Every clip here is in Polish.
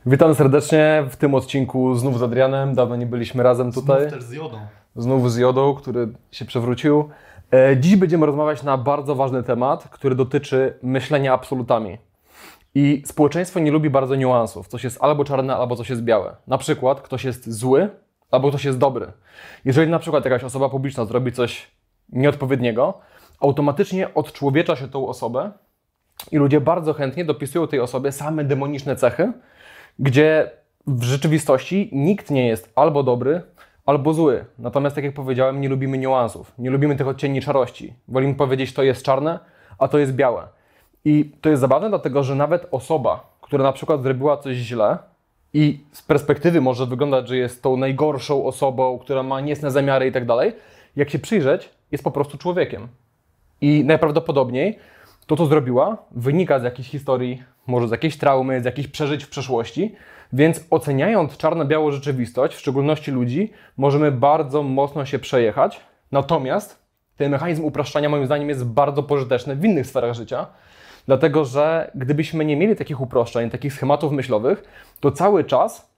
Witam serdecznie w tym odcinku znów z Adrianem. Dawno nie byliśmy razem tutaj. Znów też z Jodą. Znów z Jodą, który się przewrócił. Dziś będziemy rozmawiać na bardzo ważny temat, który dotyczy myślenia absolutami. I społeczeństwo nie lubi bardzo niuansów. Coś jest albo czarne, albo coś jest białe. Na przykład ktoś jest zły, albo ktoś jest dobry. Jeżeli na przykład jakaś osoba publiczna zrobi coś nieodpowiedniego, automatycznie odczłowiecza się tą osobę i ludzie bardzo chętnie dopisują tej osobie same demoniczne cechy, gdzie w rzeczywistości nikt nie jest albo dobry, albo zły. Natomiast, tak jak powiedziałem, nie lubimy niuansów, nie lubimy tych odcieni szarości. Wolimy powiedzieć, to jest czarne, a to jest białe. I to jest zabawne, dlatego że nawet osoba, która na przykład zrobiła coś źle i z perspektywy może wyglądać, że jest tą najgorszą osobą, która ma niecne zamiary i tak dalej, jak się przyjrzeć, jest po prostu człowiekiem. I najprawdopodobniej to, co zrobiła, wynika z jakiejś historii, może z jakiejś traumy, z jakichś przeżyć w przeszłości, więc oceniając czarno-białą rzeczywistość, w szczególności ludzi, możemy bardzo mocno się przejechać. Natomiast ten mechanizm upraszczania moim zdaniem jest bardzo pożyteczny w innych sferach życia, dlatego że gdybyśmy nie mieli takich uproszczeń, takich schematów myślowych, to cały czas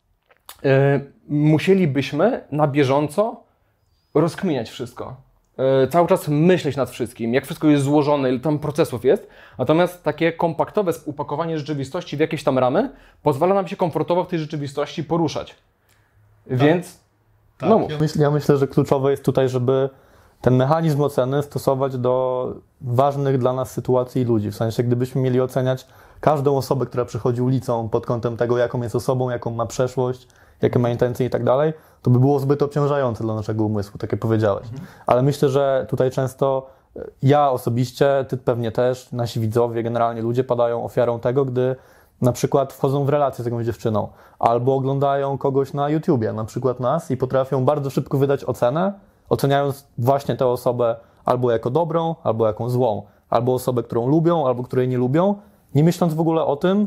musielibyśmy na bieżąco rozkminiać wszystko. Cały czas myśleć nad wszystkim, jak wszystko jest złożone, ile tam procesów jest. Natomiast takie kompaktowe upakowanie rzeczywistości w jakieś tam ramy pozwala nam się komfortowo w tej rzeczywistości poruszać. Tak. Więc tak, no Ja myślę, że kluczowe jest tutaj, żeby ten mechanizm oceny stosować do ważnych dla nas sytuacji i ludzi. W sensie, gdybyśmy mieli oceniać każdą osobę, która przychodzi ulicą pod kątem tego, jaką jest osobą, jaką ma przeszłość, jakie ma intencje i tak dalej, to by było zbyt obciążające dla naszego umysłu, tak jak powiedziałeś. Ale myślę, że tutaj często ja osobiście, ty pewnie też, nasi widzowie, generalnie ludzie padają ofiarą tego, gdy na przykład wchodzą w relację z jakąś dziewczyną albo oglądają kogoś na YouTubie, na przykład nas i potrafią bardzo szybko wydać ocenę, oceniając właśnie tę osobę albo jako dobrą, albo jako złą, albo osobę, którą lubią, albo której nie lubią, nie myśląc w ogóle o tym,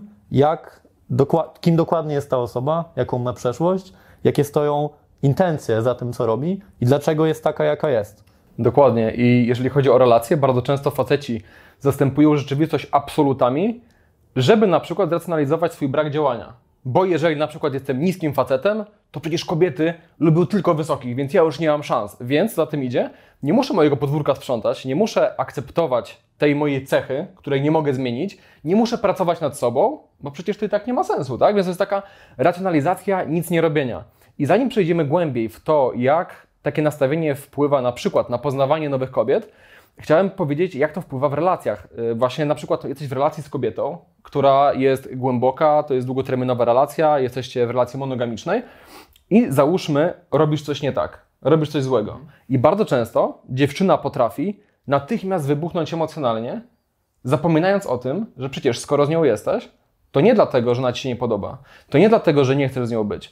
kim dokładnie jest ta osoba, jaką ma przeszłość, jakie stoją intencje za tym, co robi i dlaczego jest taka, jaka jest. Dokładnie. I jeżeli chodzi o relacje, bardzo często faceci zastępują rzeczywistość absolutami, żeby na przykład zracjonalizować swój brak działania. Bo jeżeli na przykład jestem niskim facetem, to przecież kobiety lubią tylko wysokich, więc ja już nie mam szans. Więc za tym idzie, nie muszę mojego podwórka sprzątać, nie muszę akceptować tej mojej cechy, której nie mogę zmienić, nie muszę pracować nad sobą, bo przecież to i tak nie ma sensu, tak? Więc to jest taka racjonalizacja nic nie robienia. I zanim przejdziemy głębiej w to, jak takie nastawienie wpływa na przykład na poznawanie nowych kobiet, chciałem powiedzieć, jak to wpływa w relacjach. Właśnie na przykład jesteś w relacji z kobietą, która jest głęboka, to jest długoterminowa relacja, jesteście w relacji monogamicznej i załóżmy, robisz coś nie tak, robisz coś złego. I bardzo często dziewczyna potrafi natychmiast wybuchnąć emocjonalnie, zapominając o tym, że przecież skoro z nią jesteś, to nie dlatego, że ona ci się nie podoba, to nie dlatego, że nie chcesz z nią być.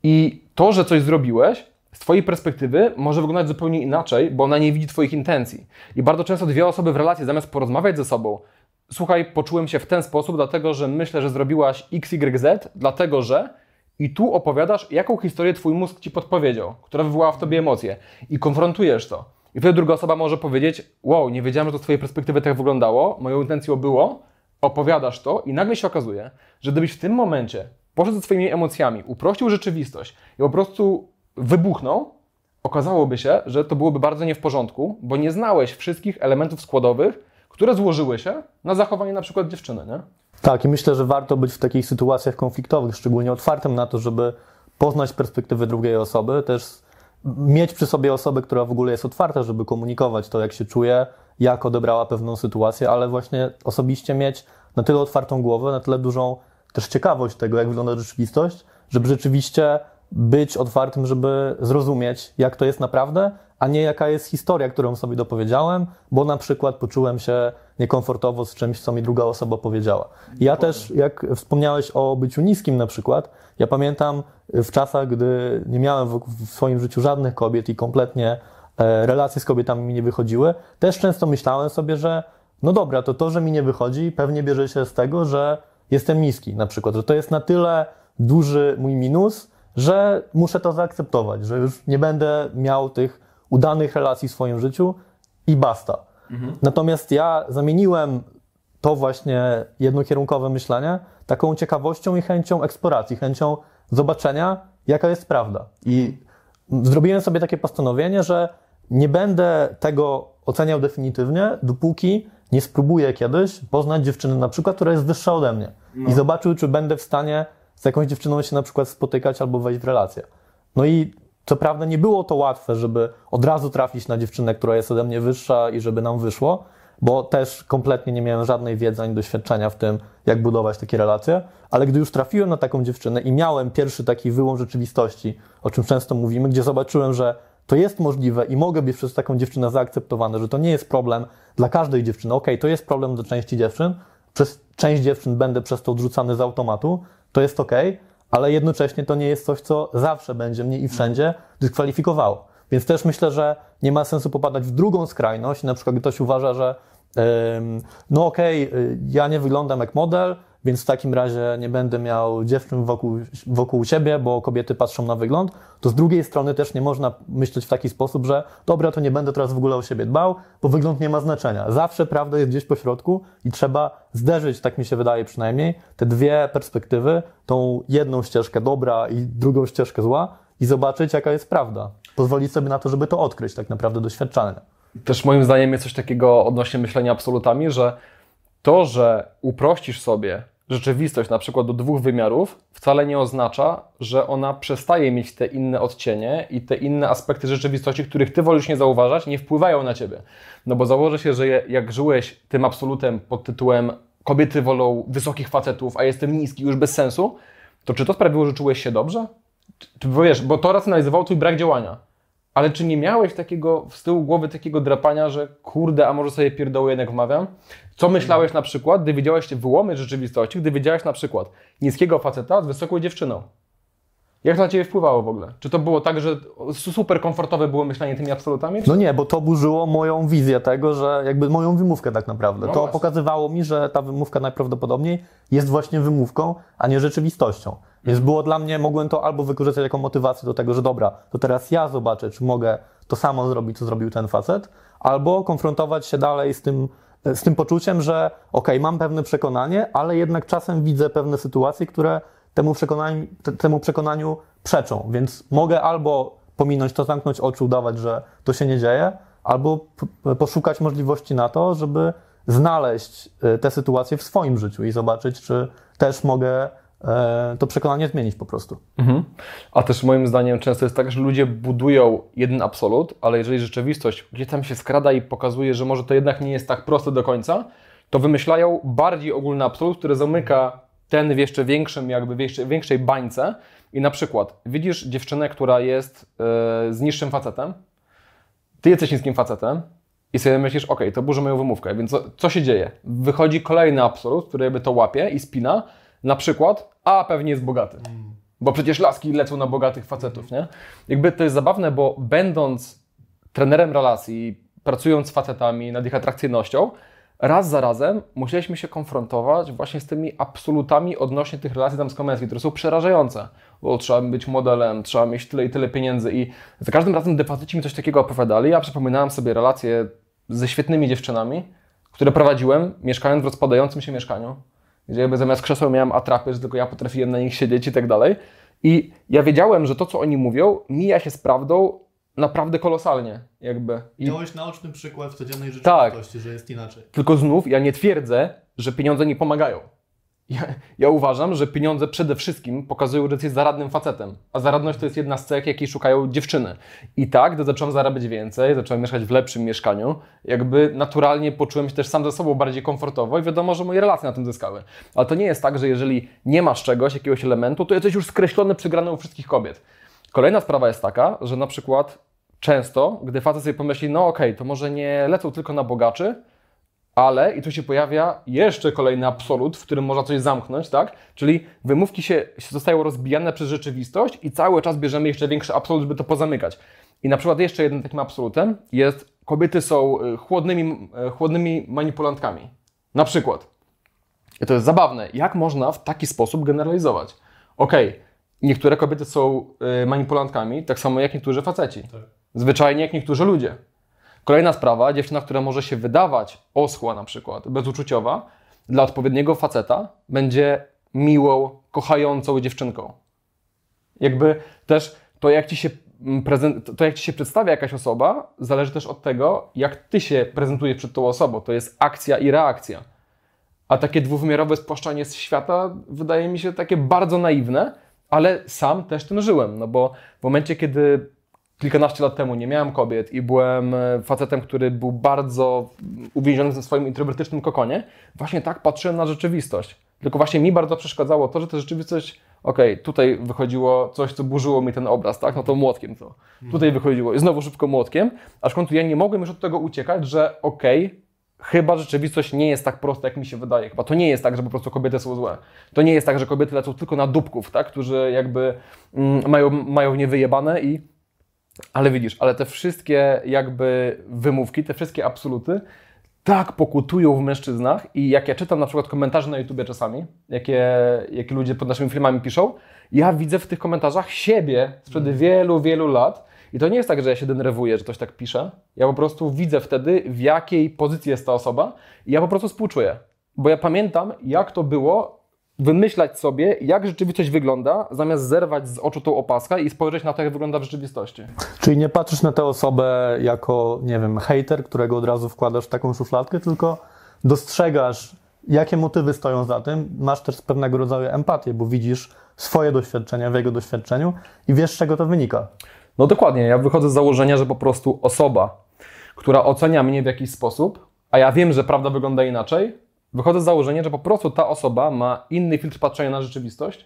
I to, że coś zrobiłeś, z twojej perspektywy może wyglądać zupełnie inaczej, bo ona nie widzi twoich intencji. I bardzo często dwie osoby w relacji, zamiast porozmawiać ze sobą, słuchaj, poczułem się w ten sposób, dlatego, że myślę, że zrobiłaś X, Y, Z, dlatego, że i tu opowiadasz, jaką historię twój mózg ci podpowiedział, która wywołała w tobie emocje i konfrontujesz to. I wtedy druga osoba może powiedzieć, wow, nie wiedziałem, że to z twojej perspektywy tak wyglądało, moją intencją było, opowiadasz to i nagle się okazuje, że gdybyś w tym momencie poszedł ze swoimi emocjami, uprościł rzeczywistość i po prostu wybuchnął, okazałoby się, że to byłoby bardzo nie w porządku, bo nie znałeś wszystkich elementów składowych, które złożyły się na zachowanie na przykład dziewczyny, nie? Tak, i myślę, że warto być w takich sytuacjach konfliktowych szczególnie otwartym na to, żeby poznać perspektywę drugiej osoby, też mieć przy sobie osobę, która w ogóle jest otwarta, żeby komunikować to, jak się czuje, jak odebrała pewną sytuację, ale właśnie osobiście mieć na tyle otwartą głowę, na tyle dużą też ciekawość tego, jak wygląda rzeczywistość, żeby rzeczywiście być otwartym, żeby zrozumieć, jak to jest naprawdę, a nie jaka jest historia, którą sobie dopowiedziałem, bo na przykład poczułem się niekomfortowo z czymś, co mi druga osoba powiedziała. Ja też, jak wspomniałeś o byciu niskim na przykład, ja pamiętam w czasach, gdy nie miałem w swoim życiu żadnych kobiet i kompletnie relacje z kobietami mi nie wychodziły, też często myślałem sobie, że no dobra, to, że mi nie wychodzi, pewnie bierze się z tego, że jestem niski na przykład, że to jest na tyle duży mój minus, że muszę to zaakceptować, że już nie będę miał tych udanych relacji w swoim życiu i basta. Natomiast ja zamieniłem to właśnie jednokierunkowe myślenie taką ciekawością i chęcią eksploracji, chęcią zobaczenia, jaka jest prawda. I zrobiłem sobie takie postanowienie, że nie będę tego oceniał definitywnie, dopóki nie spróbuję kiedyś poznać dziewczyny na przykład, która jest wyższa ode mnie i zobaczył, czy będę w stanie z jakąś dziewczyną się na przykład spotykać albo wejść w relację. No i co prawda nie było to łatwe, żeby od razu trafić na dziewczynę, która jest ode mnie wyższa i żeby nam wyszło, bo też kompletnie nie miałem żadnej wiedzy ani doświadczenia w tym, jak budować takie relacje, ale gdy już trafiłem na taką dziewczynę i miałem pierwszy taki wyłom rzeczywistości, o czym często mówimy, gdzie zobaczyłem, że to jest możliwe i mogę być przez taką dziewczynę zaakceptowany, że to nie jest problem dla każdej dziewczyny. Okej, to jest problem dla części dziewczyn, przez część dziewczyn będę przez to odrzucany z automatu, to jest okej, ale jednocześnie to nie jest coś, co zawsze będzie mnie i wszędzie dyskwalifikowało. Więc też myślę, że nie ma sensu popadać w drugą skrajność. Na przykład ktoś uważa, że ja nie wyglądam jak model, więc w takim razie nie będę miał dziewczyn wokół siebie, bo kobiety patrzą na wygląd. To z drugiej strony też nie można myśleć w taki sposób, że dobra, to nie będę teraz w ogóle o siebie dbał, bo wygląd nie ma znaczenia. Zawsze prawda jest gdzieś po środku i trzeba zderzyć, tak mi się wydaje przynajmniej, te dwie perspektywy, tą jedną ścieżkę dobra i drugą ścieżkę zła i zobaczyć, jaka jest prawda. Pozwolić sobie na to, żeby to odkryć tak naprawdę doświadczalnie. Też moim zdaniem jest coś takiego odnośnie myślenia absolutami, że to, że uprościsz sobie rzeczywistość na przykład do dwóch wymiarów, wcale nie oznacza, że ona przestaje mieć te inne odcienie i te inne aspekty rzeczywistości, których ty wolisz nie zauważać, nie wpływają na ciebie. No bo założę się, że jak żyłeś tym absolutem pod tytułem kobiety wolą wysokich facetów, a jestem niski już bez sensu, to czy to sprawiło, że czułeś się dobrze? Czy wiesz, bo to racjonalizowało twój brak działania. Ale czy nie miałeś takiego z tyłu głowy takiego drapania, że kurde, a może sobie pierdoły jednak wmawiam? Co myślałeś na przykład, gdy widziałeś te wyłomy rzeczywistości, gdy widziałeś na przykład niskiego faceta z wysoką dziewczyną? Jak to na ciebie wpływało w ogóle? Czy to było tak, że super komfortowe było myślenie tymi absolutami? No nie, bo to burzyło moją wizję tego, że jakby moją wymówkę tak naprawdę. No to właśnie. pokazywało mi, że ta wymówka najprawdopodobniej jest właśnie wymówką, a nie rzeczywistością. Więc było dla mnie, mogłem to albo wykorzystać jako motywację do tego, że dobra, to teraz ja zobaczę, czy mogę to samo zrobić, co zrobił ten facet, albo konfrontować się dalej z tym poczuciem, że mam pewne przekonanie, ale jednak czasem widzę pewne sytuacje, które temu przekonaniu przeczą, więc mogę albo pominąć to, zamknąć oczy, udawać, że to się nie dzieje, albo poszukać możliwości na to, żeby znaleźć te sytuacje w swoim życiu i zobaczyć, czy też mogę to przekonanie zmienić po prostu. Mhm. A też moim zdaniem często jest tak, że ludzie budują jeden absolut, ale jeżeli rzeczywistość gdzieś tam się skrada i pokazuje, że może to jednak nie jest tak proste do końca, to wymyślają bardziej ogólny absolut, który zamyka ten w jeszcze większym, jakby w jeszcze większej bańce i na przykład widzisz dziewczynę, która jest z niższym facetem, ty jesteś niskim facetem i sobie myślisz, to burzę moją wymówkę, więc co się dzieje? Wychodzi kolejny absolut, który jakby to łapie i spina, na przykład, a pewnie jest bogaty, bo przecież laski lecą na bogatych facetów, nie? Jakby to jest zabawne, bo będąc trenerem relacji, pracując z facetami nad ich atrakcyjnością, raz za razem musieliśmy się konfrontować właśnie z tymi absolutami odnośnie tych relacji damsko-męskich, które są przerażające. Bo trzeba być modelem, trzeba mieć tyle i tyle pieniędzy i za każdym razem, gdy faceci mi coś takiego opowiadali, ja przypominałem sobie relacje ze świetnymi dziewczynami, które prowadziłem, mieszkając w rozpadającym się mieszkaniu, gdzie jakby zamiast krzeseł miałem atrapy, że tylko ja potrafiłem na nich siedzieć i tak dalej. I ja wiedziałem, że to, co oni mówią, mija się z prawdą naprawdę kolosalnie, jakby. Miałeś naoczny przykład w codziennej rzeczywistości, że jest inaczej. Tylko znów ja nie twierdzę, że pieniądze nie pomagają. Ja uważam, że pieniądze przede wszystkim pokazują, że jesteś zaradnym facetem, a zaradność to jest jedna z cech, jakiej szukają dziewczyny. I tak, gdy zacząłem zarabiać więcej, zacząłem mieszkać w lepszym mieszkaniu, jakby naturalnie poczułem się też sam ze sobą bardziej komfortowo i wiadomo, że moje relacje na tym zyskały. Ale to nie jest tak, że jeżeli nie masz czegoś, jakiegoś elementu, to jesteś już skreślony, przegrany u wszystkich kobiet. Kolejna sprawa jest taka, że na przykład często, gdy facet sobie pomyśli, to może nie lecą tylko na bogaczy, ale, i tu się pojawia jeszcze kolejny absolut, w którym można coś zamknąć, tak? Czyli wymówki się zostają rozbijane przez rzeczywistość i cały czas bierzemy jeszcze większy absolut, żeby to pozamykać. I na przykład jeszcze jednym takim absolutem jest, kobiety są chłodnymi manipulantkami. Na przykład. I to jest zabawne. Jak można w taki sposób generalizować? Niektóre kobiety są manipulantkami, tak samo jak niektórzy faceci. Tak. Zwyczajnie jak niektórzy ludzie. Kolejna sprawa, dziewczyna, która może się wydawać oschła na przykład, bezuczuciowa, dla odpowiedniego faceta będzie miłą, kochającą dziewczynką. Jakby też to, jak ci się przedstawia jakaś osoba, zależy też od tego, jak ty się prezentujesz przed tą osobą. To jest akcja i reakcja. A takie dwuwymiarowe spłaszczanie z świata wydaje mi się takie bardzo naiwne, ale sam też tym żyłem, no bo w momencie, kiedy kilkanaście lat temu nie miałem kobiet i byłem facetem, który był bardzo uwięziony w tym swoim introwertycznym kokonie, właśnie tak patrzyłem na rzeczywistość. Tylko właśnie mi bardzo przeszkadzało to, że ta rzeczywistość, tutaj wychodziło coś, co burzyło mi ten obraz, tak? No to młotkiem to. Tutaj wychodziło i znowu szybko młotkiem, aż w końcu ja nie mogłem już od tego uciekać, że chyba rzeczywistość nie jest tak prosta, jak mi się wydaje. Chyba to nie jest tak, że po prostu kobiety są złe. To nie jest tak, że kobiety lecą tylko na dupków, tak? Którzy jakby mają w nie wyjebane ale widzisz, ale te wszystkie jakby wymówki, te wszystkie absoluty tak pokutują w mężczyznach i jak ja czytam na przykład komentarze na YouTubie czasami, jakie ludzie pod naszymi filmami piszą, ja widzę w tych komentarzach siebie sprzed wielu, wielu lat i to nie jest tak, że ja się denerwuję, że ktoś tak pisze. Ja po prostu widzę wtedy, w jakiej pozycji jest ta osoba i ja po prostu współczuję. Bo ja pamiętam, jak to było wymyślać sobie, jak rzeczywistość wygląda, zamiast zerwać z oczu tą opaskę i spojrzeć na to, jak wygląda w rzeczywistości. Czyli nie patrzysz na tę osobę jako, nie wiem, hejter, którego od razu wkładasz w taką szufladkę, tylko dostrzegasz, jakie motywy stoją za tym, masz też pewnego rodzaju empatię, bo widzisz swoje doświadczenia w jego doświadczeniu i wiesz, z czego to wynika. No dokładnie, ja wychodzę z założenia, że po prostu osoba, która ocenia mnie w jakiś sposób, a ja wiem, że prawda wygląda inaczej, wychodzę z założenia, że po prostu ta osoba ma inny filtr patrzenia na rzeczywistość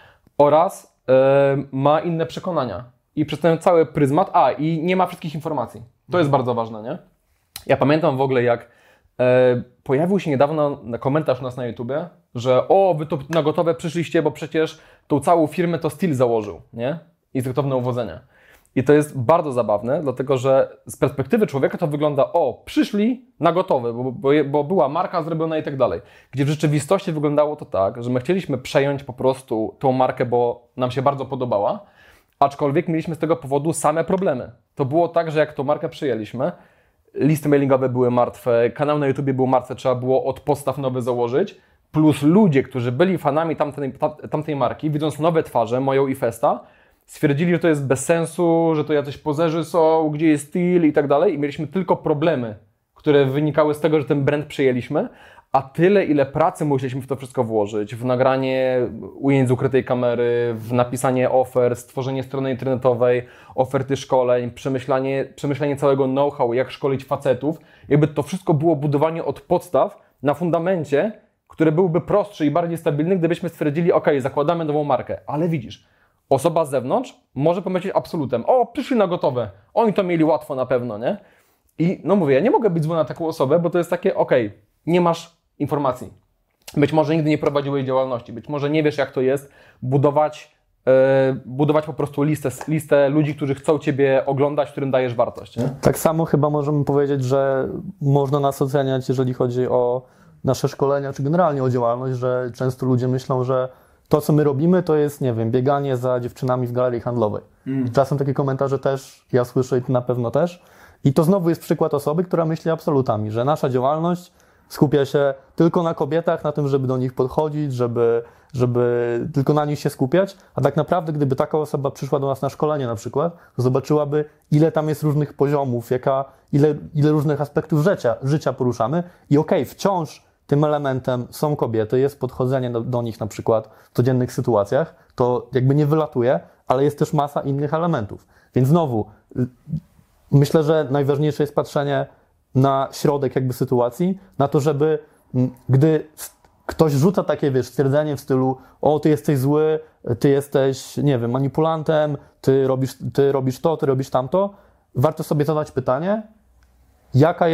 oraz ma inne przekonania. I przez ten cały pryzmat, i nie ma wszystkich informacji. To jest bardzo ważne, nie? Ja pamiętam w ogóle, jak pojawił się niedawno komentarz u nas na YouTubie, że wy to na gotowe przyszliście, bo przecież tą całą firmę to Steel założył, nie? Instynktowne uwodzenie. I to jest bardzo zabawne, dlatego że z perspektywy człowieka to wygląda, przyszli na gotowe, bo była marka zrobiona i tak dalej. Gdzie w rzeczywistości wyglądało to tak, że my chcieliśmy przejąć po prostu tą markę, bo nam się bardzo podobała, aczkolwiek mieliśmy z tego powodu same problemy. To było tak, że jak tą markę przyjęliśmy, listy mailingowe były martwe, kanał na YouTubie był martwy, trzeba było od podstaw nowy założyć, plus ludzie, którzy byli fanami tamtej marki, widząc nowe twarze, moją i Festa, stwierdzili, że to jest bez sensu, że to jacyś pozerzy są, gdzie jest styl i tak dalej i mieliśmy tylko problemy, które wynikały z tego, że ten brand przyjęliśmy, a tyle, ile pracy musieliśmy w to wszystko włożyć, w nagranie ujęć z ukrytej kamery, w napisanie ofert, stworzenie strony internetowej, oferty szkoleń, przemyślenie całego know-how, jak szkolić facetów, jakby to wszystko było budowanie od podstaw na fundamencie, który byłby prostszy i bardziej stabilny, gdybyśmy stwierdzili, zakładamy nową markę, ale widzisz, osoba z zewnątrz może pomyśleć absolutem, przyszli na gotowe, oni to mieli łatwo na pewno, nie? I mówię, ja nie mogę być zły na taką osobę, bo to jest takie, nie masz informacji. Być może nigdy nie prowadziłeś działalności, być może nie wiesz, jak to jest budować po prostu listę ludzi, którzy chcą Ciebie oglądać, którym dajesz wartość. Nie? Tak samo chyba możemy powiedzieć, że można nas oceniać, jeżeli chodzi o nasze szkolenia, czy generalnie o działalność, że często ludzie myślą, że to, co my robimy, to jest, nie wiem, bieganie za dziewczynami w galerii handlowej. Czasem takie komentarze też ja słyszę i ty na pewno też. I to znowu jest przykład osoby, która myśli absolutami, że nasza działalność skupia się tylko na kobietach, na tym, żeby do nich podchodzić, żeby tylko na nich się skupiać, a tak naprawdę, gdyby taka osoba przyszła do nas na szkolenie na przykład, to zobaczyłaby, ile tam jest różnych poziomów, ile różnych aspektów życia poruszamy i wciąż tym elementem są kobiety, jest podchodzenie do nich na przykład w codziennych sytuacjach, to jakby nie wylatuje, ale jest też masa innych elementów. Więc znowu, myślę, że najważniejsze jest patrzenie na środek jakby sytuacji, na to, żeby gdy ktoś rzuca takie, stwierdzenie w stylu ty jesteś zły, ty jesteś, nie wiem, manipulantem, ty robisz to, ty robisz tamto, warto sobie zadać pytanie, jakie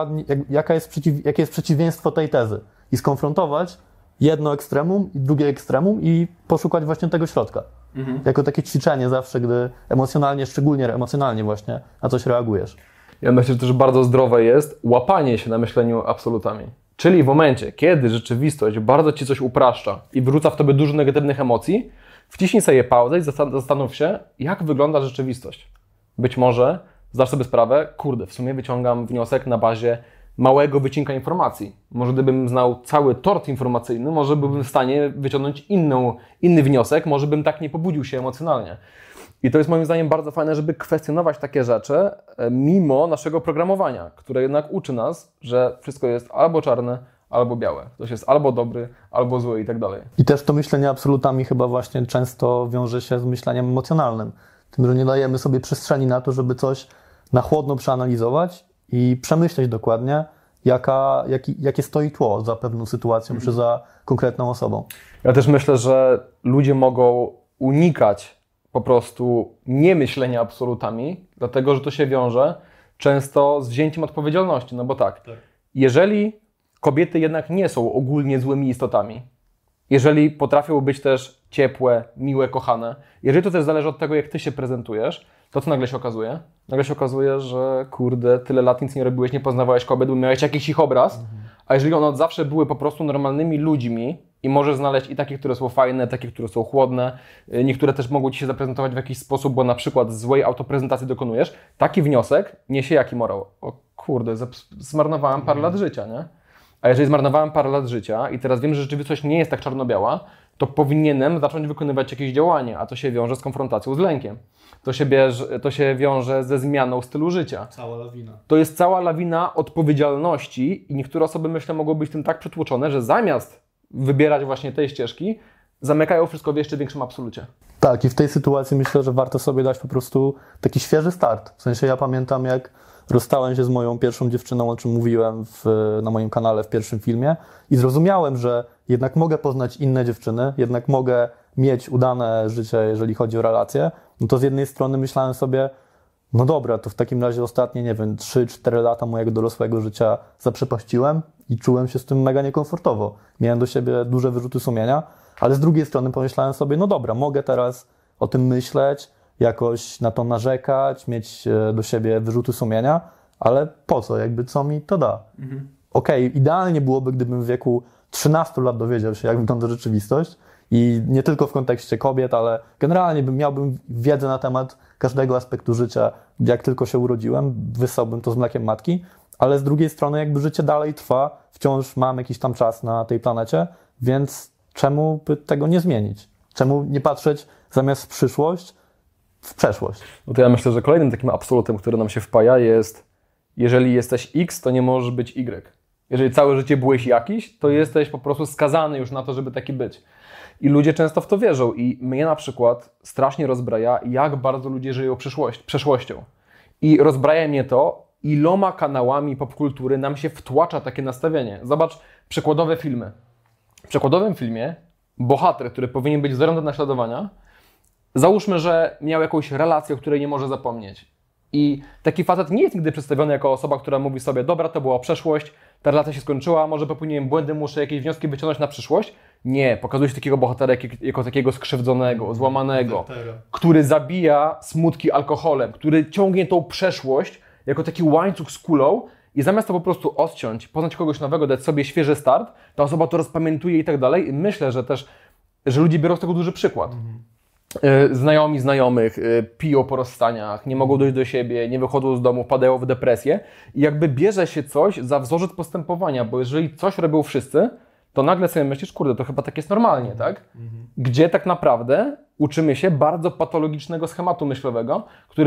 jest przeciwieństwo tej tezy i skonfrontować jedno ekstremum i drugie ekstremum i poszukać właśnie tego środka. Jako takie ćwiczenie zawsze, gdy szczególnie emocjonalnie właśnie na coś reagujesz. Ja myślę, że też bardzo zdrowe jest łapanie się na myśleniu absolutami. Czyli w momencie, kiedy rzeczywistość bardzo Ci coś upraszcza i wrzuca w Tobie dużo negatywnych emocji, wciśnij sobie pauzę i zastanów się, jak wygląda rzeczywistość. Być może zdasz sobie sprawę, w sumie wyciągam wniosek na bazie małego wycinka informacji. Może gdybym znał cały tort informacyjny, może byłbym w stanie wyciągnąć inny wniosek, może bym tak nie pobudził się emocjonalnie. I to jest moim zdaniem bardzo fajne, żeby kwestionować takie rzeczy mimo naszego programowania, które jednak uczy nas, że wszystko jest albo czarne, albo białe. Ktoś jest albo dobry, albo zły i tak dalej. I też to myślenie absolutami chyba właśnie często wiąże się z myśleniem emocjonalnym. Tym, że nie dajemy sobie przestrzeni na to, żeby coś na chłodno przeanalizować i przemyśleć dokładnie, jakie stoi tło za pewną sytuacją czy za konkretną osobą. Ja też myślę, że ludzie mogą unikać po prostu niemyślenia absolutami, dlatego że to się wiąże często z wzięciem odpowiedzialności. No bo tak, jeżeli kobiety jednak nie są ogólnie złymi istotami, jeżeli potrafią być też ciepłe, miłe, kochane, jeżeli to też zależy od tego, jak ty się prezentujesz, to co nagle się okazuje? Nagle się okazuje, że kurde, tyle lat nic nie robiłeś, nie poznawałeś kobiet, bo miałeś jakiś ich obraz, a jeżeli one od zawsze były po prostu normalnymi ludźmi i możesz znaleźć i takie, które są fajne, takie, które są chłodne, niektóre też mogą ci się zaprezentować w jakiś sposób, bo na przykład złej autoprezentacji dokonujesz, taki wniosek niesie jaki morał? O kurde, zmarnowałem parę lat życia, nie? A jeżeli zmarnowałem parę lat życia i teraz wiem, że rzeczywistość nie jest tak czarno-biała, to powinienem zacząć wykonywać jakieś działanie, a to się wiąże z konfrontacją z lękiem. To się wiąże ze zmianą stylu życia. Cała lawina. To jest cała lawina odpowiedzialności i niektóre osoby, myślę, mogą być tym tak przytłoczone, że zamiast wybierać właśnie tej ścieżki, zamykają wszystko w jeszcze większym absolucie. Tak, i w tej sytuacji myślę, że warto sobie dać po prostu taki świeży start. W sensie ja pamiętam, jak rozstałem się z moją pierwszą dziewczyną, o czym mówiłem na moim kanale w pierwszym filmie i zrozumiałem, że jednak mogę poznać inne dziewczyny, jednak mogę mieć udane życie, jeżeli chodzi o relacje, no to z jednej strony myślałem sobie, no dobra, to w takim razie ostatnie, nie wiem, 3-4 lata mojego dorosłego życia zaprzepaściłem i czułem się z tym mega niekomfortowo. Miałem do siebie duże wyrzuty sumienia, ale z drugiej strony pomyślałem sobie, no dobra, mogę teraz o tym myśleć, jakoś na to narzekać, mieć do siebie wyrzuty sumienia, ale po co? Jakby co mi to da? Okej, idealnie byłoby, gdybym w wieku 13 lat dowiedział się, jak wygląda rzeczywistość i nie tylko w kontekście kobiet, ale generalnie miałbym wiedzę na temat każdego aspektu życia, jak tylko się urodziłem, wyssałbym to z mlekiem matki, ale z drugiej strony jakby życie dalej trwa, wciąż mam jakiś tam czas na tej planecie, więc czemu by tego nie zmienić? Czemu nie patrzeć zamiast w przyszłość, w przeszłość? No to ja myślę, że kolejnym takim absolutem, który nam się wpaja jest, jeżeli jesteś X, to nie możesz być Y. Jeżeli całe życie byłeś jakiś, to jesteś po prostu skazany już na to, żeby taki być. I ludzie często w to wierzą i mnie na przykład strasznie rozbraja, jak bardzo ludzie żyją przeszłością. I rozbraja mnie to, iloma kanałami popkultury nam się wtłacza takie nastawienie. Zobacz przykładowe filmy. W przykładowym filmie bohater, który powinien być wzorem do naśladowania, załóżmy, że miał jakąś relację, o której nie może zapomnieć. I taki facet nie jest nigdy przedstawiony jako osoba, która mówi sobie, dobra, to była przeszłość, ta relacja się skończyła, może popełniłem błędy, muszę jakieś wnioski wyciągnąć na przyszłość. Nie, pokazuje się takiego bohatera jako takiego skrzywdzonego, złamanego, który zabija smutki alkoholem, który ciągnie tą przeszłość jako taki łańcuch z kulą i zamiast to po prostu odciąć, poznać kogoś nowego, dać sobie świeży start, ta osoba to rozpamiętuje i tak dalej. I myślę, że też, że ludzie biorą z tego duży przykład. Znajomi znajomych piją po rozstaniach, nie mogą dojść do siebie, nie wychodzą z domu, wpadają w depresję i jakby bierze się coś za wzorzec postępowania, bo jeżeli coś robią wszyscy, to nagle sobie myślisz, kurde, to chyba tak jest normalnie, tak? Gdzie tak naprawdę uczymy się bardzo patologicznego schematu myślowego,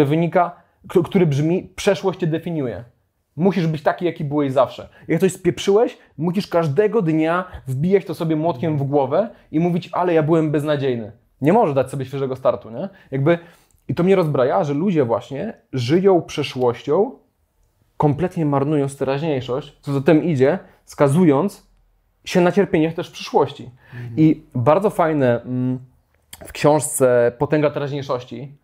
który brzmi, przeszłość cię definiuje. Musisz być taki, jaki byłeś zawsze. Jak coś spieprzyłeś, musisz każdego dnia wbijać to sobie młotkiem w głowę i mówić, ale ja byłem beznadziejny. Nie możesz dać sobie świeżego startu, nie? I to mnie rozbraja, że ludzie właśnie żyją przeszłością, kompletnie marnując teraźniejszość, co za tym idzie, skazując się na cierpienie też w przyszłości. I bardzo fajne w książce Potęga teraźniejszości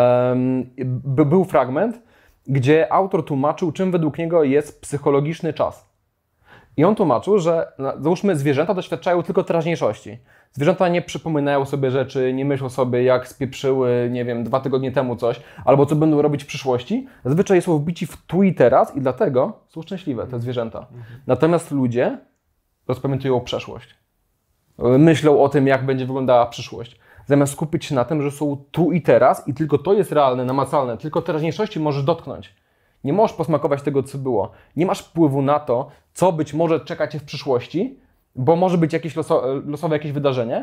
był fragment, gdzie autor tłumaczył, czym według niego jest psychologiczny czas. I on tłumaczył, że załóżmy zwierzęta doświadczają tylko teraźniejszości. Zwierzęta nie przypominają sobie rzeczy, nie myślą sobie, jak spieprzyły, nie wiem, 2 tygodnie temu coś, albo co będą robić w przyszłości. Zazwyczaj są wbici w tu i teraz i dlatego są szczęśliwe te zwierzęta. Natomiast ludzie rozpamiętują przeszłość. Myślą o tym, jak będzie wyglądała przyszłość. Zamiast skupić się na tym, że są tu i teraz i tylko to jest realne, namacalne, tylko teraźniejszości możesz dotknąć. Nie możesz posmakować tego, co było. Nie masz wpływu na to, co być może czeka cię w przyszłości, bo może być jakieś losowe jakieś wydarzenie.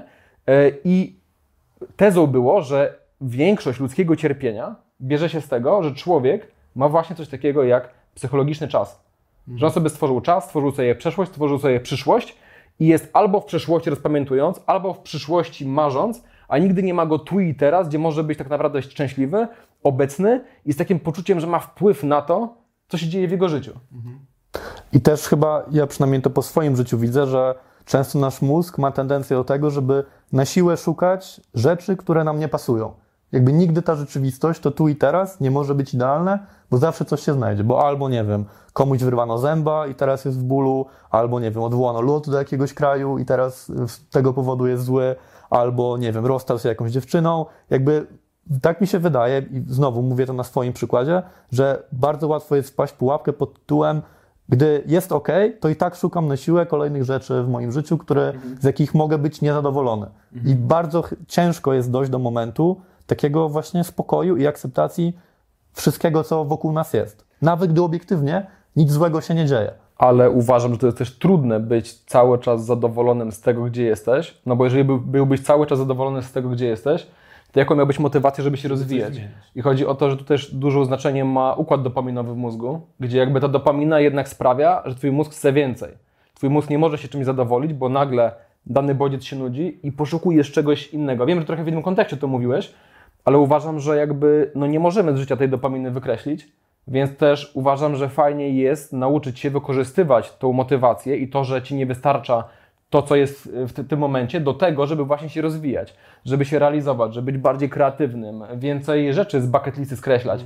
I tezą było, że większość ludzkiego cierpienia bierze się z tego, że człowiek ma właśnie coś takiego jak psychologiczny czas. Że on sobie stworzył czas, stworzył sobie przeszłość, stworzył sobie przyszłość i jest albo w przeszłości rozpamiętując, albo w przyszłości marząc, a nigdy nie ma go tu i teraz, gdzie może być tak naprawdę szczęśliwy, obecny i z takim poczuciem, że ma wpływ na to, co się dzieje w jego życiu. I też chyba, ja przynajmniej to po swoim życiu widzę, że często nasz mózg ma tendencję do tego, żeby na siłę szukać rzeczy, które nam nie pasują. Jakby nigdy ta rzeczywistość, to tu i teraz nie może być idealne, bo zawsze coś się znajdzie, bo albo, nie wiem, komuś wyrwano zęba i teraz jest w bólu, albo, nie wiem, odwołano lot do jakiegoś kraju i teraz z tego powodu jest zły, albo, nie wiem, rozstał się jakąś dziewczyną. Jakby tak mi się wydaje, i znowu mówię to na swoim przykładzie, że bardzo łatwo jest wpaść w pułapkę pod tytułem, gdy jest ok, to i tak szukam na siłę kolejnych rzeczy w moim życiu, z jakich mogę być niezadowolony. I bardzo ciężko jest dojść do momentu takiego właśnie spokoju i akceptacji wszystkiego, co wokół nas jest. Nawet gdy obiektywnie nic złego się nie dzieje. Ale uważam, że to jest też trudne być cały czas zadowolonym z tego, gdzie jesteś, no bo jeżeli byłbyś cały czas zadowolony z tego, gdzie jesteś, to jaką miałbyś motywację, żeby się rozwijać? I chodzi o to, że tu też duże znaczenie ma układ dopaminowy w mózgu, gdzie jakby ta dopamina jednak sprawia, że twój mózg chce więcej. Twój mózg nie może się czymś zadowolić, bo nagle dany bodziec się nudzi i poszukujesz czegoś innego. Wiem, że trochę w innym kontekście to mówiłeś, ale uważam, że jakby nie możemy z życia tej dopaminy wykreślić, więc też uważam, że fajnie jest nauczyć się wykorzystywać tą motywację i to, że ci nie wystarcza to, co jest w tym momencie, do tego, żeby właśnie się rozwijać, żeby się realizować, żeby być bardziej kreatywnym, więcej rzeczy z bucket listy skreślać.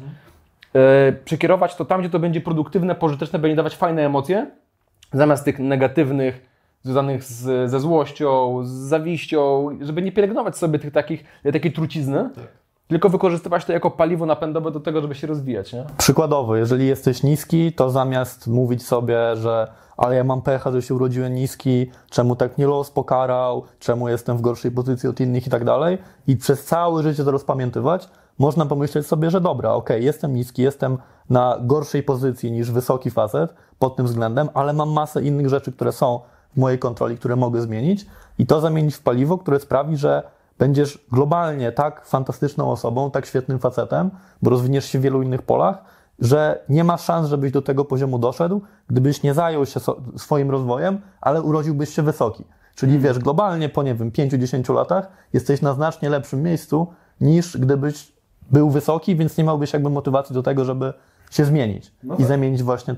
Przekierować to tam, gdzie to będzie produktywne, pożyteczne, będzie dawać fajne emocje, zamiast tych negatywnych, związanych ze złością, z zawiścią, żeby nie pielęgnować sobie tych takiej trucizny, tylko wykorzystywać to jako paliwo napędowe do tego, żeby się rozwijać. Nie? Przykładowo, jeżeli jesteś niski, to zamiast mówić sobie, że ale ja mam pecha, że się urodziłem niski, czemu tak mnie los pokarał, czemu jestem w gorszej pozycji od innych i tak dalej, i przez całe życie to rozpamiętywać, można pomyśleć sobie, że dobra, okej, jestem niski, jestem na gorszej pozycji niż wysoki facet pod tym względem, ale mam masę innych rzeczy, które są w mojej kontroli, które mogę zmienić i to zamienić w paliwo, które sprawi, że będziesz globalnie tak fantastyczną osobą, tak świetnym facetem, bo rozwiniesz się w wielu innych polach, że nie ma szans, żebyś do tego poziomu doszedł, gdybyś nie zajął się swoim rozwojem, ale urodziłbyś się wysoki. Czyli wiesz, globalnie po, nie wiem, 5-10 latach jesteś na znacznie lepszym miejscu, niż gdybyś był wysoki, więc nie miałbyś jakby motywacji do tego, żeby się zmienić i zamienić właśnie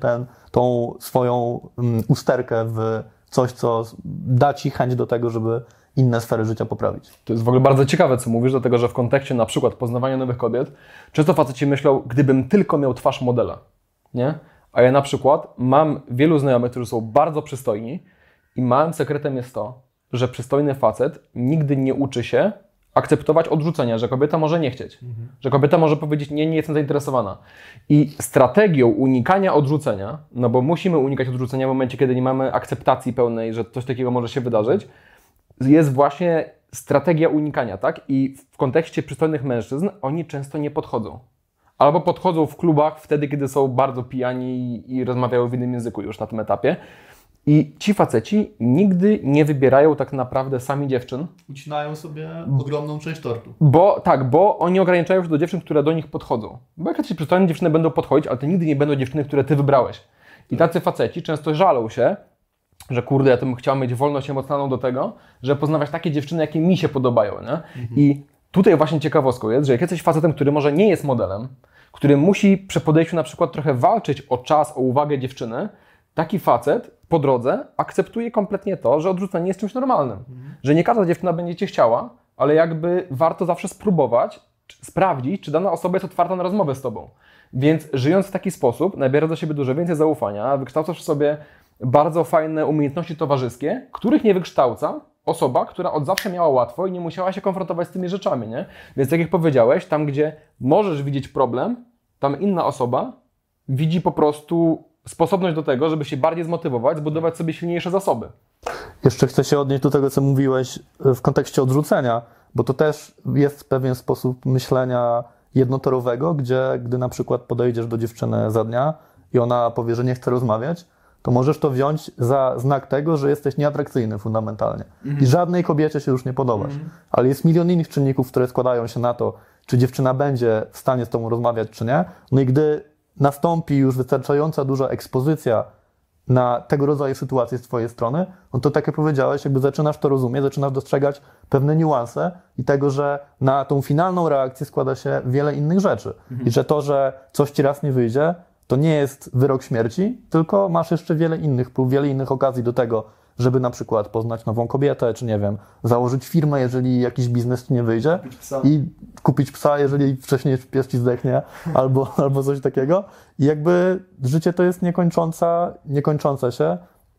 tą swoją usterkę w coś, co da ci chęć do tego, żeby inne sfery życia poprawić. To jest w ogóle bardzo ciekawe, co mówisz, dlatego że w kontekście na przykład poznawania nowych kobiet, często faceci myślą, gdybym tylko miał twarz modela, nie? A ja na przykład mam wielu znajomych, którzy są bardzo przystojni i małym sekretem jest to, że przystojny facet nigdy nie uczy się akceptować odrzucenia, że kobieta może nie chcieć, że kobieta może powiedzieć nie jestem zainteresowana. I strategią unikania odrzucenia, no bo musimy unikać odrzucenia w momencie, kiedy nie mamy akceptacji pełnej, że coś takiego może się wydarzyć, jest właśnie strategia unikania, tak? I w kontekście przystojnych mężczyzn oni często nie podchodzą. Albo podchodzą w klubach wtedy, kiedy są bardzo pijani i rozmawiają w innym języku już na tym etapie. I ci faceci nigdy nie wybierają tak naprawdę sami dziewczyn. Ucinają sobie ogromną część tortu. Bo oni ograniczają się do dziewczyn, które do nich podchodzą. Bo jak ci przystojne dziewczyny będą podchodzić, ale to nigdy nie będą dziewczyny, które ty wybrałeś. I tacy faceci często żalą się, że kurde, ja to bym chciał mieć wolność emocjonalną do tego, żeby poznawać takie dziewczyny, jakie mi się podobają, nie? I tutaj właśnie ciekawostką jest, że jak jesteś facetem, który może nie jest modelem, który musi przy podejściu na przykład trochę walczyć o czas, o uwagę dziewczyny, taki facet po drodze akceptuje kompletnie to, że odrzucenie jest czymś normalnym. Że nie każda dziewczyna będzie cię chciała, ale jakby warto zawsze spróbować, sprawdzić, czy dana osoba jest otwarta na rozmowę z tobą. Więc żyjąc w taki sposób, nabierasz do siebie dużo więcej zaufania, wykształcasz w sobie bardzo fajne umiejętności towarzyskie, których nie wykształca osoba, która od zawsze miała łatwo i nie musiała się konfrontować z tymi rzeczami, nie? Więc tak jak powiedziałeś, tam gdzie możesz widzieć problem, tam inna osoba widzi po prostu sposobność do tego, żeby się bardziej zmotywować, zbudować sobie silniejsze zasoby. Jeszcze chcę się odnieść do tego, co mówiłeś w kontekście odrzucenia, bo to też jest pewien sposób myślenia jednotorowego, gdy na przykład podejdziesz do dziewczyny za dnia i ona powie, że nie chce rozmawiać, to możesz to wziąć za znak tego, że jesteś nieatrakcyjny fundamentalnie. I żadnej kobiecie się już nie podobasz. Ale jest milion innych czynników, które składają się na to, czy dziewczyna będzie w stanie z tobą rozmawiać, czy nie. No i gdy nastąpi już wystarczająca duża ekspozycja na tego rodzaju sytuacje z twojej strony, no to tak jak powiedziałeś, jakby zaczynasz to rozumieć, zaczynasz dostrzegać pewne niuanse i tego, że na tą finalną reakcję składa się wiele innych rzeczy. I że to, że coś ci raz nie wyjdzie, to nie jest wyrok śmierci, tylko masz jeszcze wiele innych prób, wiele innych okazji do tego, żeby na przykład poznać nową kobietę, czy nie wiem, założyć firmę, jeżeli jakiś biznes ci nie wyjdzie i kupić psa, jeżeli wcześniej pies ci zdechnie, albo coś takiego. I jakby życie to jest niekończąca się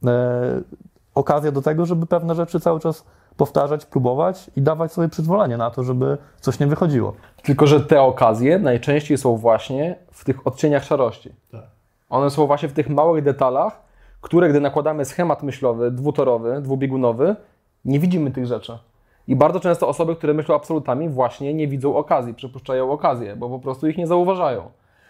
okazja do tego, żeby pewne rzeczy cały czas powtarzać, próbować i dawać sobie przyzwolenie na to, żeby coś nie wychodziło. Tylko że te okazje najczęściej są właśnie w tych odcieniach szarości. Tak. One są właśnie w tych małych detalach, które gdy nakładamy schemat myślowy, dwutorowy, dwubiegunowy, nie widzimy tych rzeczy. I bardzo często osoby, które myślą absolutami, właśnie nie widzą okazji, przepuszczają okazje, bo po prostu ich nie zauważają.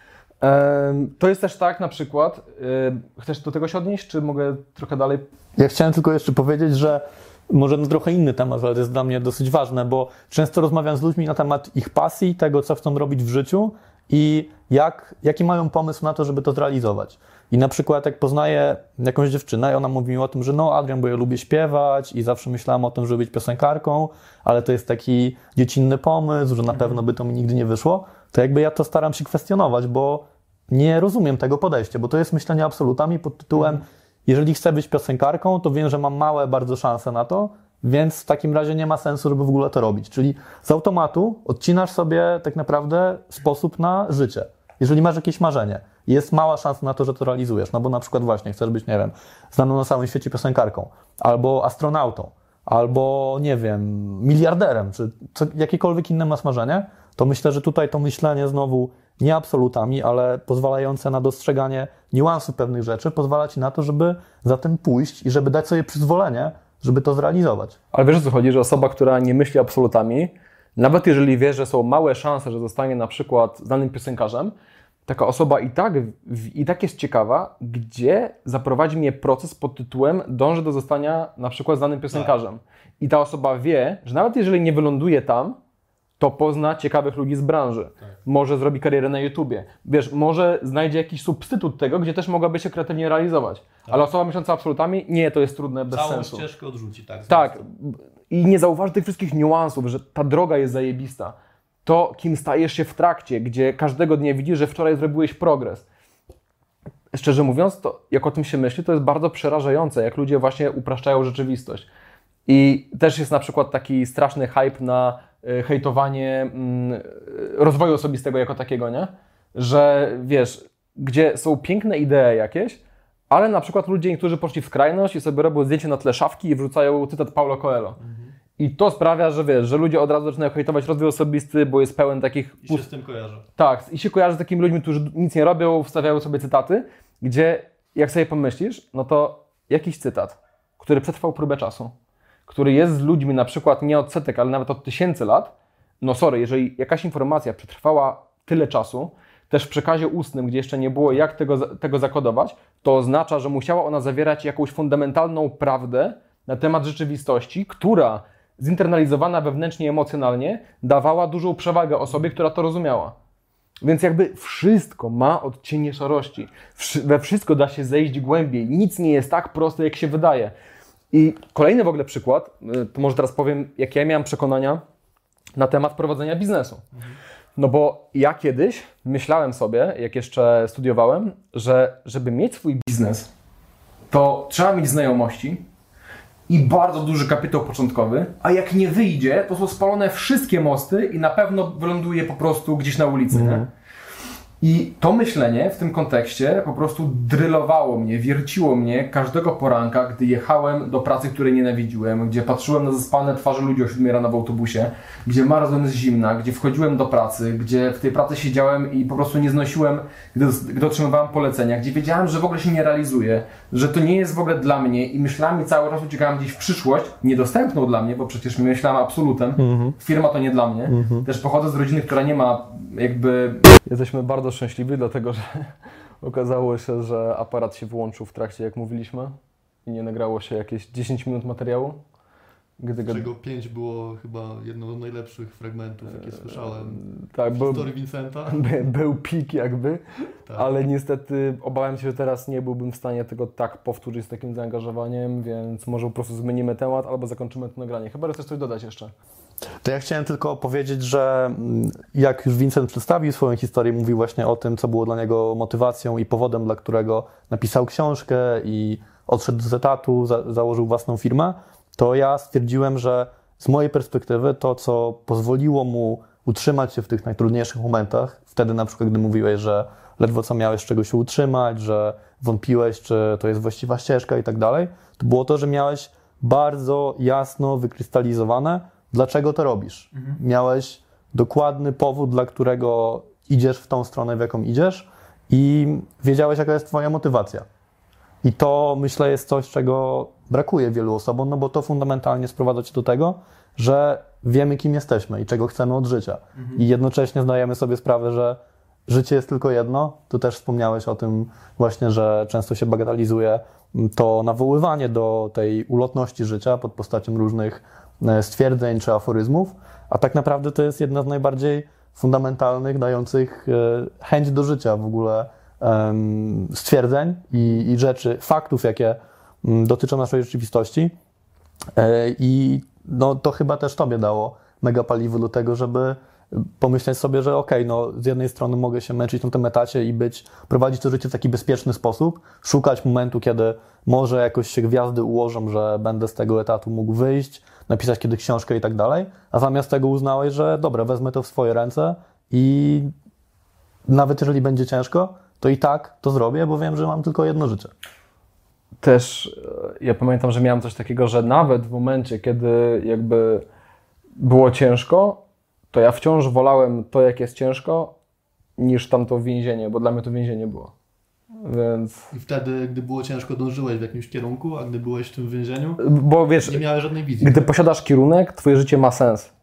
To jest też tak na przykład, chcesz do tego się odnieść, czy mogę trochę dalej? Ja chciałem tylko jeszcze powiedzieć, że może trochę inny temat, ale to jest dla mnie dosyć ważne, bo często rozmawiam z ludźmi na temat ich pasji, tego, co chcą robić w życiu i jaki mają pomysł na to, żeby to zrealizować. I na przykład jak poznaję jakąś dziewczynę i ona mówi mi o tym, że no Adrian, bo ja lubię śpiewać i zawsze myślałam o tym, żeby być piosenkarką, ale to jest taki dziecinny pomysł, że na pewno by to mi nigdy nie wyszło, to jakby ja to staram się kwestionować, bo nie rozumiem tego podejścia, bo to jest myślenie absolutami pod tytułem jeżeli chcę być piosenkarką, to wiem, że mam małe bardzo szanse na to, więc w takim razie nie ma sensu, żeby w ogóle to robić. Czyli z automatu odcinasz sobie tak naprawdę sposób na życie. Jeżeli masz jakieś marzenie, jest mała szansa na to, że to realizujesz, no bo na przykład właśnie chcesz być, nie wiem, znaną na całym świecie piosenkarką, albo astronautą, albo, nie wiem, miliarderem, czy jakiekolwiek inne masz marzenie, to myślę, że tutaj to myślenie znowu nie absolutami, ale pozwalające na dostrzeganie niuansów pewnych rzeczy, pozwala ci na to, żeby za tym pójść i żeby dać sobie przyzwolenie, żeby to zrealizować. Ale wiesz o co chodzi, że osoba, która nie myśli absolutami, nawet jeżeli wie, że są małe szanse, że zostanie na przykład znanym piosenkarzem, taka osoba i tak jest ciekawa, gdzie zaprowadzi mnie proces pod tytułem dąży do zostania na przykład znanym piosenkarzem. I ta osoba wie, że nawet jeżeli nie wyląduje tam, to pozna ciekawych ludzi z branży. Tak. Może zrobi karierę na YouTubie. Wiesz, może znajdzie jakiś substytut tego, gdzie też mogłaby się kreatywnie realizować. Tak. Ale osoba myśląca absolutami, nie, to jest trudne, bez sensu. Całą ścieżkę odrzuci, tak? Tak. I nie zauważy tych wszystkich niuansów, że ta droga jest zajebista. To, kim stajesz się w trakcie, gdzie każdego dnia widzisz, że wczoraj zrobiłeś progres. Szczerze mówiąc, to jak o tym się myśli, to jest bardzo przerażające, jak ludzie właśnie upraszczają rzeczywistość. I też jest na przykład taki straszny hype na hejtowanie rozwoju osobistego jako takiego, nie? Że wiesz, gdzie są piękne idee jakieś, ale na przykład ludzie niektórzy poszli w skrajność i sobie robią zdjęcie na tle szafki i wrzucają cytat Paulo Coelho. I to sprawia, że wiesz, że ludzie od razu zaczynają hejtować rozwój osobisty, bo jest pełen takich... I się z tym kojarzy. Tak, i się kojarzy z takimi ludźmi, którzy nic nie robią, wstawiają sobie cytaty, gdzie jak sobie pomyślisz, no to jakiś cytat, który przetrwał próbę czasu, który jest z ludźmi na przykład nie od setek, ale nawet od tysięcy lat, no sorry, jeżeli jakaś informacja przetrwała tyle czasu, też w przekazie ustnym, gdzie jeszcze nie było jak tego zakodować, to oznacza, że musiała ona zawierać jakąś fundamentalną prawdę na temat rzeczywistości, która zinternalizowana wewnętrznie emocjonalnie dawała dużą przewagę osobie, która to rozumiała. Więc jakby wszystko ma odcienie szarości. We wszystko da się zejść głębiej. Nic nie jest tak proste, jak się wydaje. I kolejny w ogóle przykład, to może teraz powiem, jakie ja miałem przekonania na temat prowadzenia biznesu. No bo ja kiedyś myślałem sobie, jak jeszcze studiowałem, że żeby mieć swój biznes, to trzeba mieć znajomości i bardzo duży kapitał początkowy, a jak nie wyjdzie, to są spalone wszystkie mosty i na pewno wyląduje po prostu gdzieś na ulicy. Nie? I to myślenie w tym kontekście po prostu drylowało mnie, wierciło mnie każdego poranka, gdy jechałem do pracy, której nienawidziłem, gdzie patrzyłem na zaspane twarze ludzi o 7 rano w autobusie, gdzie marzłem z zimna, gdzie wchodziłem do pracy, gdzie w tej pracy siedziałem i po prostu nie znosiłem, gdy otrzymywałem polecenia, gdzie wiedziałem, że w ogóle się nie realizuję, że to nie jest w ogóle dla mnie i myślami cały czas uciekałem gdzieś w przyszłość, niedostępną dla mnie, bo przecież myślałem absolutem, firma to nie dla mnie. Też pochodzę z rodziny, która nie ma jakby... Jesteśmy bardzo szczęśliwi, dlatego że okazało się, że aparat się wyłączył w trakcie, jak mówiliśmy, i nie nagrało się jakieś 10 minut materiału. Czego 5 było chyba jedną z najlepszych fragmentów, jakie słyszałem tak, w historii Vincenta. Był pik jakby, Tak. ale niestety obawiam się, że teraz nie byłbym w stanie tego tak powtórzyć z takim zaangażowaniem, więc może po prostu zmienimy temat albo zakończymy to nagranie. Chyba, że chcesz coś dodać jeszcze. To ja chciałem tylko powiedzieć, że jak już Vincent przedstawił swoją historię, mówił właśnie o tym, co było dla niego motywacją i powodem, dla którego napisał książkę i odszedł z etatu, założył własną firmę, to ja stwierdziłem, że z mojej perspektywy to, co pozwoliło mu utrzymać się w tych najtrudniejszych momentach, wtedy na przykład, gdy mówiłeś, że ledwo co miałeś z czego się utrzymać, że wątpiłeś, czy to jest właściwa ścieżka i tak dalej, to było to, że miałeś bardzo jasno wykrystalizowane, dlaczego to robisz. Miałeś dokładny powód, dla którego idziesz w tą stronę, w jaką idziesz i wiedziałeś, jaka jest twoja motywacja. I to, myślę, jest coś, czego brakuje wielu osobom, no bo to fundamentalnie sprowadza się do tego, że wiemy, kim jesteśmy i czego chcemy od życia. I jednocześnie zdajemy sobie sprawę, że życie jest tylko jedno. Tu też wspomniałeś o tym właśnie, że często się bagatelizuje to nawoływanie do tej ulotności życia pod postacią różnych stwierdzeń czy aforyzmów, a tak naprawdę to jest jedna z najbardziej fundamentalnych, dających chęć do życia w ogóle stwierdzeń i rzeczy, faktów, jakie dotyczą naszej rzeczywistości. I no, to chyba też tobie dało mega paliwo do tego, żeby pomyśleć sobie, że okej, no z jednej strony mogę się męczyć na tym etacie i prowadzić to życie w taki bezpieczny sposób, szukać momentu, kiedy może jakoś się gwiazdy ułożą, że będę z tego etatu mógł wyjść, napisać kiedy książkę i tak dalej, a zamiast tego uznałeś, że dobra, wezmę to w swoje ręce i nawet jeżeli będzie ciężko, to i tak to zrobię, bo wiem, że mam tylko jedno życie. Też ja pamiętam, że miałem coś takiego, że nawet w momencie, kiedy jakby było ciężko, to ja wciąż wolałem to, jak jest ciężko, niż tamto więzienie, bo dla mnie to więzienie było. Więc... I wtedy, gdy było ciężko, dążyłeś w jakimś kierunku, a gdy byłeś w tym więzieniu, bo wiesz, nie miałeś żadnej wizji. Gdy posiadasz kierunek, twoje życie ma sens.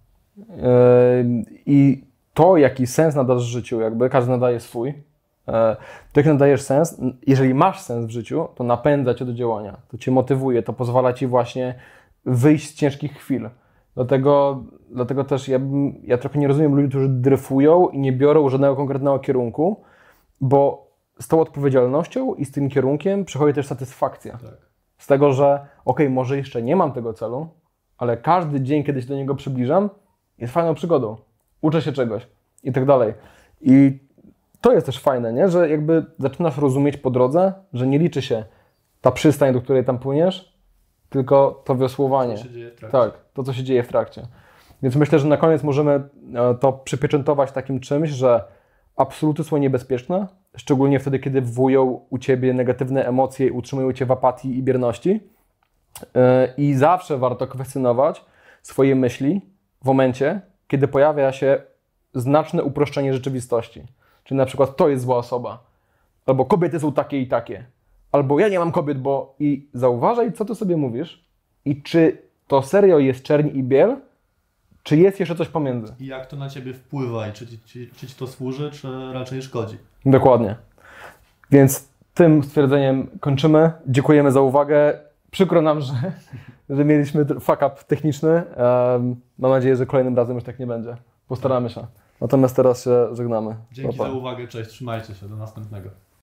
I to, jaki sens nadasz życiu, jakby każdy nadaje swój, to jak nadajesz sens, jeżeli masz sens w życiu, to napędza cię do działania, to cię motywuje, to pozwala ci właśnie wyjść z ciężkich chwil. Dlatego też ja trochę nie rozumiem ludzi, którzy dryfują i nie biorą żadnego konkretnego kierunku, bo z tą odpowiedzialnością i z tym kierunkiem przychodzi też satysfakcja. Tak. Z tego, że okej, może jeszcze nie mam tego celu, ale każdy dzień, kiedy się do niego przybliżam, jest fajną przygodą. Uczę się czegoś i tak dalej. I to jest też fajne, nie? Że jakby zaczynasz rozumieć po drodze, że nie liczy się ta przystań, do której tam płyniesz, tylko to wiosłowanie. Co się dzieje w trakcie. Tak, to co się dzieje w trakcie. Więc myślę, że na koniec możemy to przypieczętować takim czymś, że absoluty są niebezpieczne, szczególnie wtedy, kiedy wywołują u ciebie negatywne emocje i utrzymują cię w apatii i bierności. I zawsze warto kwestionować swoje myśli w momencie, kiedy pojawia się znaczne uproszczenie rzeczywistości. Czyli na przykład to jest zła osoba, albo kobiety są takie i takie, albo ja nie mam kobiet, bo... I zauważaj, co ty sobie mówisz i czy to serio jest czerń i biel, czy jest jeszcze coś pomiędzy. I jak to na ciebie wpływa i czy ci to służy, czy raczej szkodzi. Dokładnie. Więc tym stwierdzeniem kończymy. Dziękujemy za uwagę. Przykro nam, że mieliśmy fuck up techniczny. Mam nadzieję, że kolejnym razem już tak nie będzie. Postaramy się. Natomiast teraz się żegnamy. Dzięki Pa, pa. za uwagę, cześć, trzymajcie się, do następnego.